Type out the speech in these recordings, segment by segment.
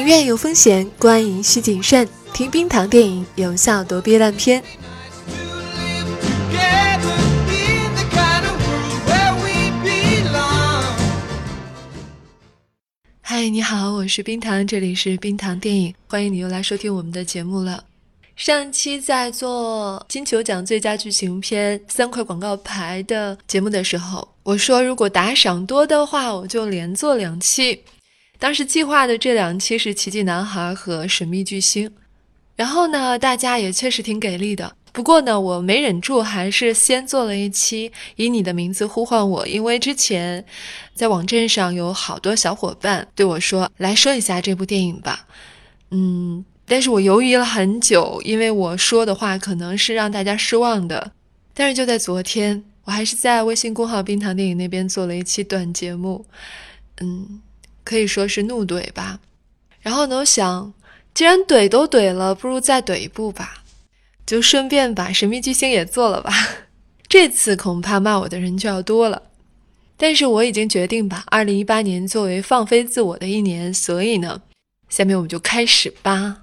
院有风险，观影需谨慎。听冰糖电影，有效躲避烂片。嗨，你好，我是冰糖，这里是冰糖电影，欢迎你又来收听我们的节目了。上期在做金球奖最佳剧情片3块广告牌的节目的时候，我说如果打赏多的话，我就连做2期。当时计划的这2期是奇迹男孩和神秘巨星，然后呢大家也确实挺给力的，不过呢我没忍住，还是先做了一期以你的名字呼唤我，因为之前在网站上有好多小伙伴对我说来说一下这部电影吧。但是我犹豫了很久，因为我说的话可能是让大家失望的。但是就在昨天，我还是在微信公号冰糖电影那边做了一期短节目，可以说是怒怼吧。然后呢，我想既然怼都怼了，不如再怼一部吧，就顺便把神秘巨星也做了吧。这次恐怕骂我的人就要多了。但是我已经决定把2018年作为放飞自我的一年，所以呢，下面我们就开始吧。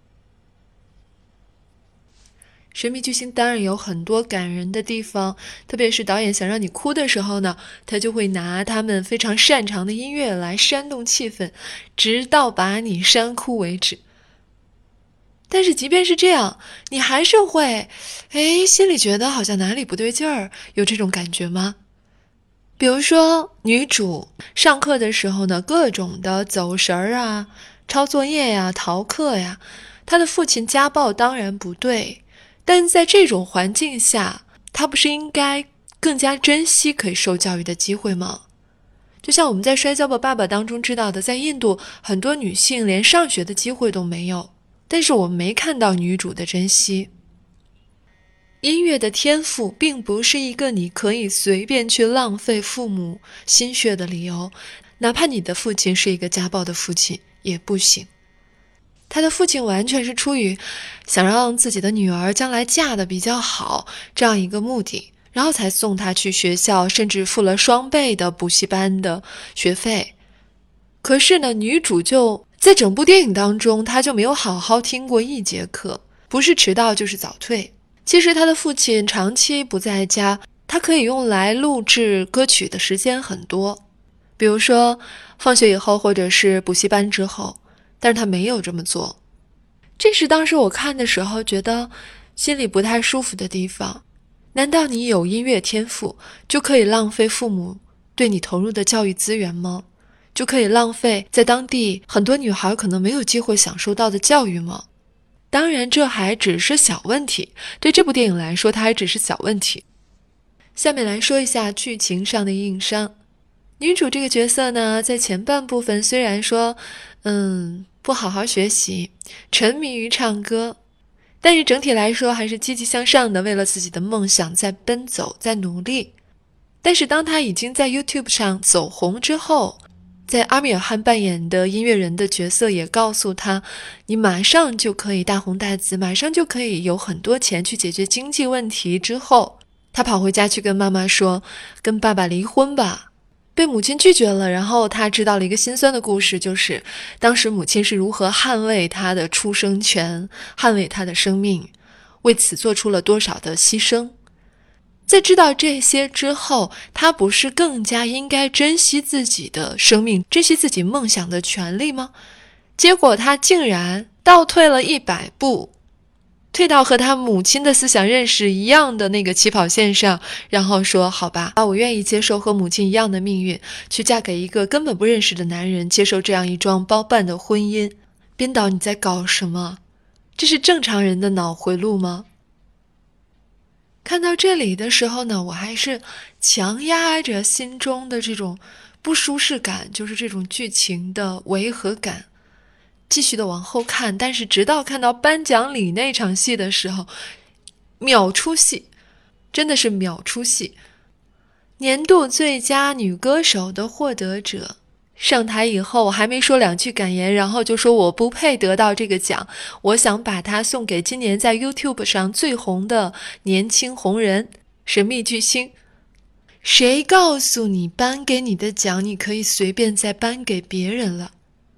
神秘巨星当然有很多感人的地方，特别是导演想让你哭的时候呢，他就会拿他们非常擅长的音乐来煽动气氛，直到把你煽哭为止。但是即便是这样，你还是会心里觉得好像哪里不对劲儿，有这种感觉吗？比如说女主上课的时候呢，各种的走神儿啊，抄作业呀，逃课呀，她的父亲家暴当然不对，但在这种环境下，她不是应该更加珍惜可以受教育的机会吗？就像我们在《摔跤吧，爸爸》当中知道的，在印度很多女性连上学的机会都没有，但是我没看到女主的珍惜。音乐的天赋并不是一个你可以随便去浪费父母心血的理由，哪怕你的父亲是一个家暴的父亲也不行。他的父亲完全是出于想让自己的女儿将来嫁得比较好这样一个目的，然后才送她去学校，甚至付了双倍的补习班的学费。可是呢，女主就在整部电影当中，她就没有好好听过1节课，不是迟到就是早退。其实她的父亲长期不在家，他可以用来录制歌曲的时间很多，比如说放学以后或者是补习班之后，但是他没有这么做。这是当时我看的时候觉得心里不太舒服的地方。难道你有音乐天赋就可以浪费父母对你投入的教育资源吗？就可以浪费在当地很多女孩可能没有机会享受到的教育吗？当然这还只是小问题，对这部电影来说它还只是小问题。下面来说一下剧情上的硬伤。女主这个角色呢，在前半部分虽然说不好好学习，沉迷于唱歌，但是整体来说还是积极向上的，为了自己的梦想在奔走，在努力。但是当她已经在 YouTube 上走红之后，在阿米尔汗扮演的音乐人的角色也告诉她，你马上就可以大红大紫，马上就可以有很多钱去解决经济问题之后，她跑回家去跟妈妈说，跟爸爸离婚吧。被母亲拒绝了，然后他知道了一个心酸的故事，就是当时母亲是如何捍卫他的出生权，捍卫他的生命，为此做出了多少的牺牲。在知道这些之后，他不是更加应该珍惜自己的生命，珍惜自己梦想的权利吗？结果他竟然倒退了100步，退到和他母亲的思想认识一样的那个起跑线上，然后说好吧，我愿意接受和母亲一样的命运，去嫁给一个根本不认识的男人，接受这样一桩包办的婚姻。编导，你在搞什么？这是正常人的脑回路吗？看到这里的时候呢，我还是强压着心中的这种不舒适感，就是这种剧情的违和感，继续的往后看。但是直到看到颁奖礼那场戏的时候，秒出戏，真的是秒出戏。年度最佳女歌手的获得者上台以后，我还没说2句感言，然后就说我不配得到这个奖，我想把它送给今年在 YouTube 上最红的年轻红人神秘巨星。谁告诉你颁给你的奖你可以随便再颁给别人了？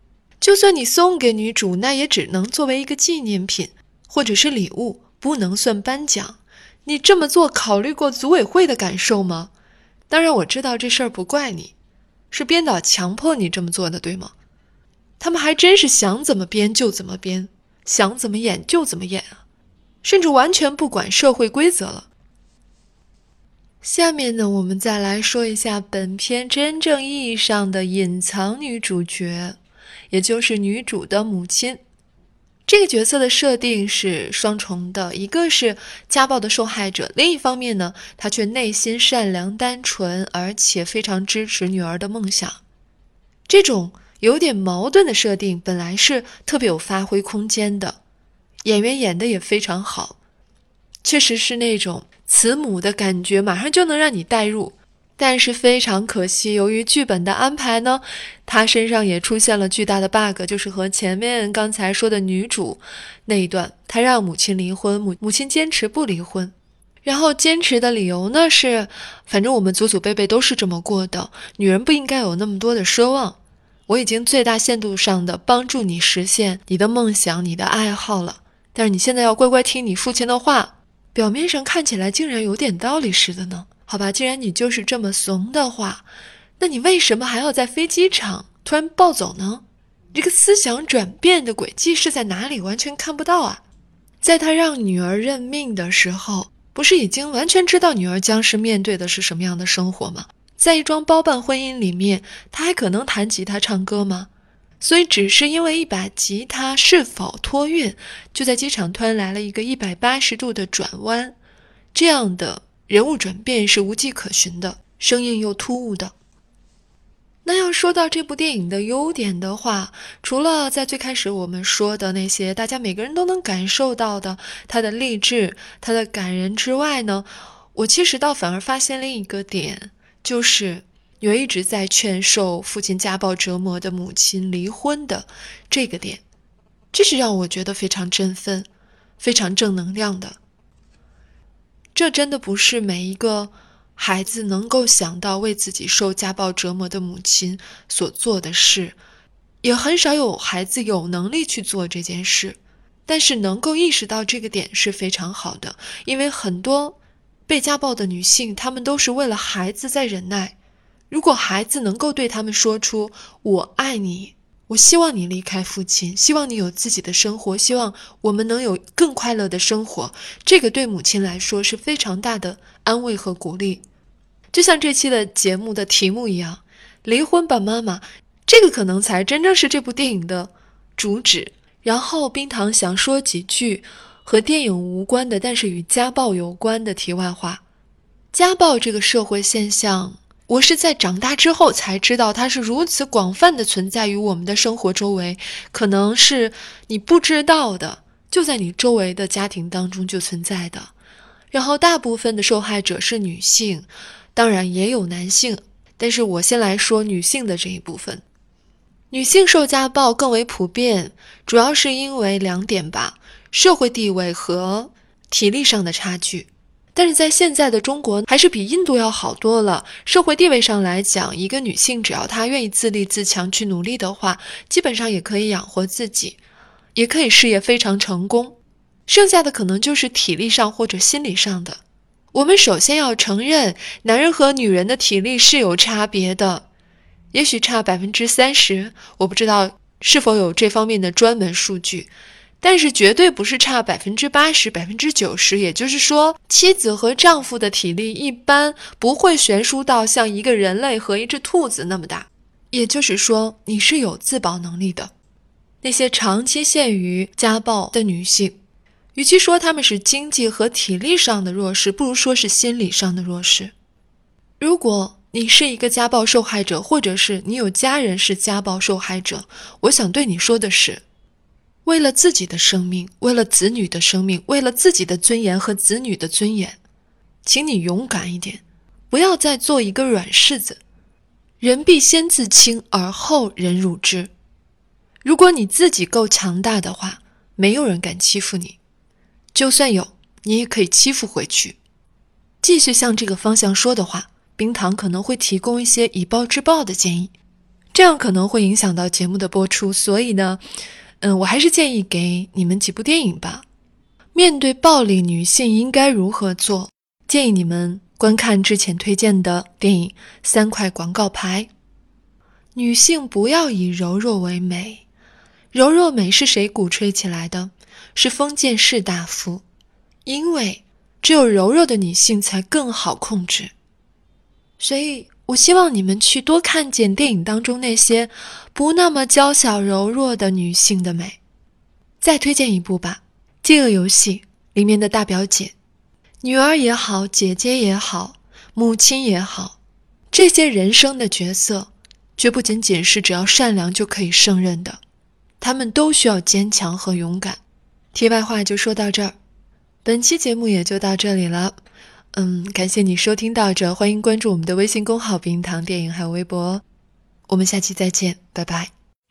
就算你送给女主，那也只能作为一个纪念品或者是礼物，不能算颁奖。你这么做考虑过组委会的感受吗？当然我知道这事儿不怪你，是编导强迫你这么做的，对吗？他们还真是想怎么编就怎么编，想怎么演就怎么演啊，甚至完全不管社会规则了。下面呢，我们再来说一下本片真正意义上的隐藏女主角，也就是女主的母亲。这个角色的设定是双重的，一个是家暴的受害者，另一方面呢，她却内心善良单纯，而且非常支持女儿的梦想。这种有点矛盾的设定本来是特别有发挥空间的，演员演得也非常好，确实是那种慈母的感觉，马上就能让你带入。但是非常可惜，由于剧本的安排呢，他身上也出现了巨大的 bug， 就是和前面刚才说的女主那一段，他让母亲离婚，母亲坚持不离婚，然后坚持的理由呢是，反正我们祖祖辈辈都是这么过的，女人不应该有那么多的奢望，我已经最大限度上的帮助你实现你的梦想，你的爱好了，但是你现在要乖乖听你父亲的话。表面上看起来竟然有点道理似的呢。好吧，既然你就是这么怂的话，那你为什么还要在飞机场突然暴走呢？这个思想转变的轨迹是在哪里？完全看不到啊。在他让女儿认命的时候，不是已经完全知道女儿将是面对的是什么样的生活吗？在一桩包办婚姻里面，他还可能弹吉他唱歌吗？所以只是因为一把吉他是否托运，就在机场突然来了一个180度的转弯，这样的人物转变是无迹可寻的，生硬又突兀的。那要说到这部电影的优点的话，除了在最开始我们说的那些大家每个人都能感受到的它的励志、它的感人之外呢，我其实倒反而发现另一个点，就是女儿一直在劝受父亲家暴折磨的母亲离婚的这个点，这是让我觉得非常振奋、非常正能量的。这真的不是每一个孩子能够想到为自己受家暴折磨的母亲所做的事，也很少有孩子有能力去做这件事，但是能够意识到这个点是非常好的，因为很多被家暴的女性，她们都是为了孩子在忍耐。如果孩子能够对他们说出我爱你，我希望你离开父亲，希望你有自己的生活，希望我们能有更快乐的生活，这个对母亲来说是非常大的安慰和鼓励。就像这期的节目的题目一样，离婚吧妈妈，这个可能才真正是这部电影的主旨。然后冰糖想说几句和电影无关的，但是与家暴有关的题外话。家暴这个社会现象，我是在长大之后才知道它是如此广泛的存在于我们的生活周围，可能是你不知道的，就在你周围的家庭当中就存在的。然后大部分的受害者是女性，当然也有男性，但是我先来说女性的这一部分。女性受家暴更为普遍，主要是因为2点吧，社会地位和体力上的差距。但是在现在的中国还是比印度要好多了，社会地位上来讲，一个女性只要她愿意自立自强去努力的话，基本上也可以养活自己，也可以事业非常成功。剩下的可能就是体力上或者心理上的。我们首先要承认，男人和女人的体力是有差别的，也许差 30%， 我不知道是否有这方面的专门数据，但是绝对不是差 80%、90%， 也就是说，妻子和丈夫的体力一般不会悬殊到像一个人类和一只兔子那么大，也就是说，你是有自保能力的。那些长期陷于家暴的女性，与其说她们是经济和体力上的弱势，不如说是心理上的弱势。如果你是一个家暴受害者，或者是你有家人是家暴受害者，我想对你说的是，为了自己的生命，为了子女的生命，为了自己的尊严和子女的尊严，请你勇敢一点，不要再做一个软柿子。人必先自清，而后人辱之。如果你自己够强大的话，没有人敢欺负你，就算有，你也可以欺负回去。继续向这个方向说的话，冰糖可能会提供一些以暴制暴的建议。 这样可能会影响到节目的播出，所以呢，我还是建议给你们几部电影吧。面对暴力，女性应该如何做？建议你们观看之前推荐的电影《3块广告牌》。女性不要以柔弱为美，柔弱美是谁鼓吹起来的？是封建士大夫，因为只有柔弱的女性才更好控制。所以我希望你们去多看见电影当中那些不那么娇小柔弱的女性的美。再推荐一部吧，《饥饿游戏》里面的大表姐，女儿也好，姐姐也好，母亲也好，这些人生的角色绝不仅仅是只要善良就可以胜任的，她们都需要坚强和勇敢。题外话就说到这儿，本期节目也就到这里了。感谢你收听到这，欢迎关注我们的微信公号冰糖电影还有微博，我们下期再见，拜拜。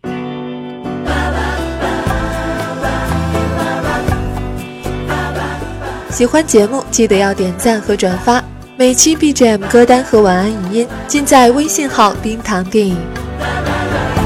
喜欢节目记得要点赞和转发，每期 BGM 歌单和晚安语音尽在微信号冰糖电影。